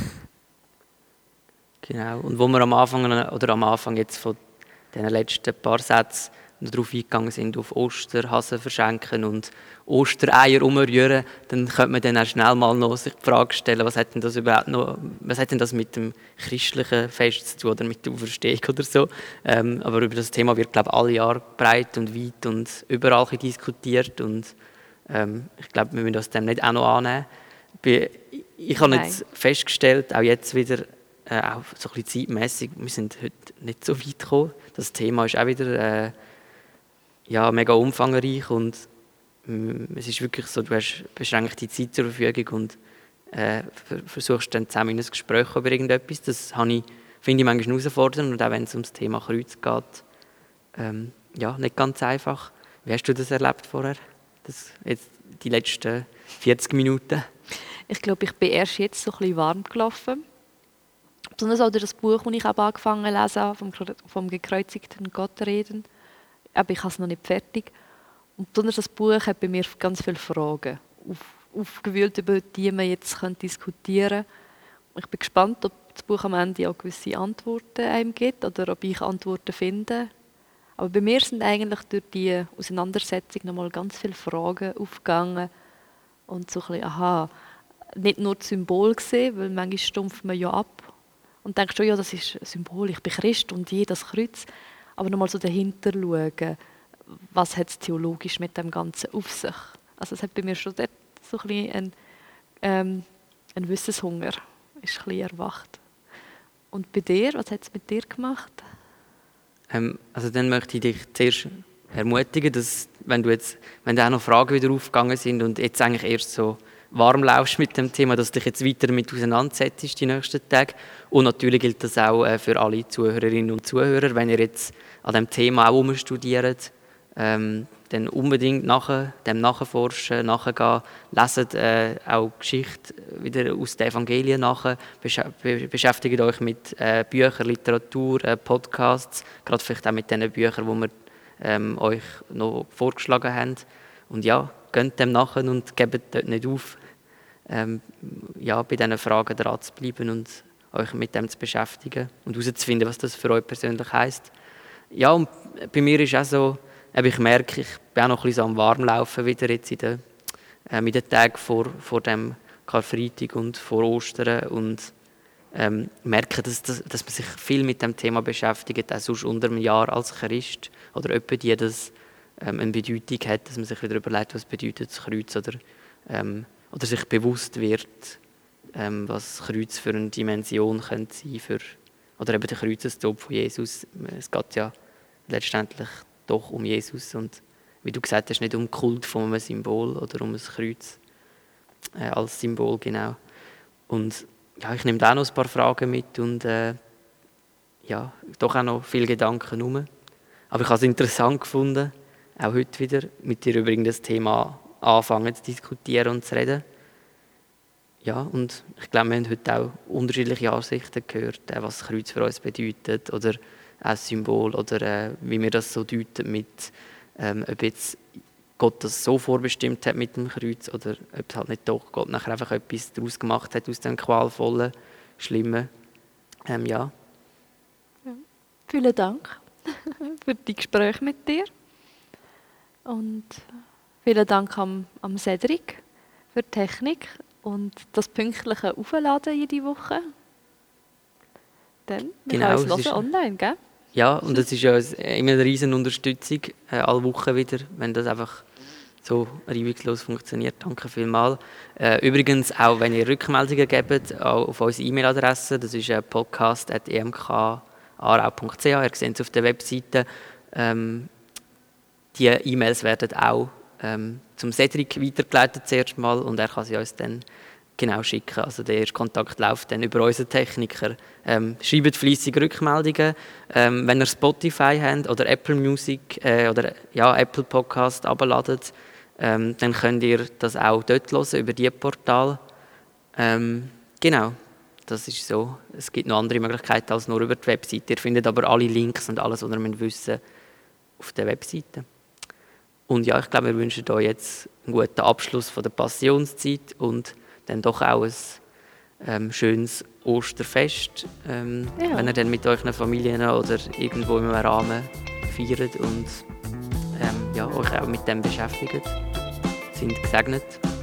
Genau, und wo wir am Anfang jetzt von den letzten paar Sätzen darauf eingegangen sind, auf Osterhasen verschenken und Ostereier umrühren, dann könnte man dann auch schnell mal noch sich die Frage stellen, was hat denn das mit dem christlichen Fest zu tun oder mit der Auferstehung oder so. Aber über das Thema wird, glaube ich, alle Jahre breit und weit und überall diskutiert und ich glaube, wir müssen das dem nicht auch noch annehmen. Ich habe jetzt festgestellt, auch jetzt wieder, auch so ein bisschen zeitmässig, wir sind heute nicht so weit gekommen. Das Thema ist auch wieder mega umfangreich und es ist wirklich so, du hast beschränkte Zeit zur Verfügung und versuchst dann zusammen in ein Gespräch über irgendetwas. Das finde ich manchmal herausfordernd und auch wenn es ums Thema Kreuz geht, nicht ganz einfach. Wie hast du das erlebt vorher? Jetzt die letzten 40 Minuten? Ich glaube, ich bin erst jetzt so ein bisschen warm gelaufen. Besonders auch durch das Buch, das ich angefangen zu lesen, vom gekreuzigten Gott reden. Aber ich habe es noch nicht fertig. Und besonders das Buch hat bei mir ganz viele Fragen aufgewühlt, über die man jetzt diskutieren kann. Ich bin gespannt, ob das Buch am Ende auch gewisse Antworten einem gibt oder ob ich Antworten finde. Aber bei mir sind eigentlich durch die Auseinandersetzung nochmal ganz viele Fragen aufgegangen. Und so ein bisschen, nicht nur das Symbol gesehen, weil manchmal stumpft man ja ab und denkt schon, ja, das ist ein Symbol, ich bin Christ und das Kreuz. Aber nochmal so dahinter schauen, was hat es theologisch mit dem Ganzen auf sich. Also es hat bei mir schon dort so ein bisschen ein Wissenshunger ist ein bisschen erwacht. Und bei dir, was hat es mit dir gemacht? Also dann möchte ich dich zuerst ermutigen, dass wenn da auch noch Fragen wieder aufgegangen sind und jetzt eigentlich erst so warm laufst mit dem Thema, dass du dich jetzt weiter damit auseinandersetzt die nächsten Tage. Und natürlich gilt das auch für alle Zuhörerinnen und Zuhörer. Wenn ihr jetzt an diesem Thema auch umstudiert, dann unbedingt dem nachforschen, nachgehen, leset auch Geschichte wieder aus den Evangelien nach, beschäftigt euch mit Büchern, Literatur, Podcasts, gerade vielleicht auch mit den Büchern, die wir euch noch vorgeschlagen haben. Und ja, geht dem nach und gebt dort nicht auf, bei diesen Fragen dran zu bleiben und euch mit dem zu beschäftigen und herauszufinden, was das für euch persönlich heisst. Ja, und bei mir ist auch so, ich merke, ich bin auch noch ein bisschen so am Warmlaufen wieder jetzt in den Tagen vor dem Karfreitag und vor Ostern und merke, dass man sich viel mit dem Thema beschäftigt, auch sonst unter einem Jahr als Christ oder jemand, die das eine Bedeutung hat, dass man sich wieder überlegt, was bedeutet das Kreuz oder sich bewusst wird, was das Kreuz für eine Dimension könnte sein oder eben der Kreuzestod von Jesus. Es geht ja letztendlich doch um Jesus und wie du gesagt hast, nicht um Kult von einem Symbol oder um ein Kreuz als Symbol, genau. Und ja, ich nehme da auch noch ein paar Fragen mit und ja, doch auch noch viele Gedanken herum. Aber ich habe es interessant gefunden, auch heute wieder, mit dir über das Thema anfangen zu diskutieren und zu reden. Ja, und ich glaube, wir haben heute auch unterschiedliche Ansichten gehört, was das Kreuz für uns bedeutet oder als Symbol oder wie wir das so deuten mit, ob jetzt Gott das so vorbestimmt hat mit dem Kreuz oder ob es halt nicht doch Gott nachher einfach etwas daraus gemacht hat aus dem qualvollen, schlimmen. Ja. Vielen Dank für die Gespräche mit dir. Und vielen Dank am Cedric für die Technik und das pünktliche Aufladen jede Woche. Dann, wir Genau, können uns hören online, gell? Ja, und es ist ja immer eine riesen Unterstützung, alle Wochen wieder, wenn das einfach so reibungslos funktioniert. Danke vielmals. Übrigens, auch wenn ihr Rückmeldungen gebt auf unsere E-Mail-Adresse, das ist podcast@emkarau.ch, ihr seht es auf der Webseite. Die E-Mails werden auch zum Cedric weitergeleitet zuerst mal und er kann sie uns dann genau schicken. Also der erste Kontakt läuft dann über unseren Techniker. Schreibt fleissig Rückmeldungen. Wenn ihr Spotify habt oder Apple Music oder ja, Apple Podcast abladet, dann könnt ihr das auch dort hören, über dieses Portal. Genau, das ist so. Es gibt noch andere Möglichkeiten als nur über die Webseite. Ihr findet aber alle Links und alles, was ihr wissen müsst, auf der Webseite. Und ja, ich glaube, wir wünschen euch jetzt einen guten Abschluss von der Passionszeit und dann doch auch ein schönes Osterfest, wenn ihr dann mit euren Familien oder irgendwo im Rahmen feiert und ja, euch auch mit dem beschäftigt. Sind gesegnet.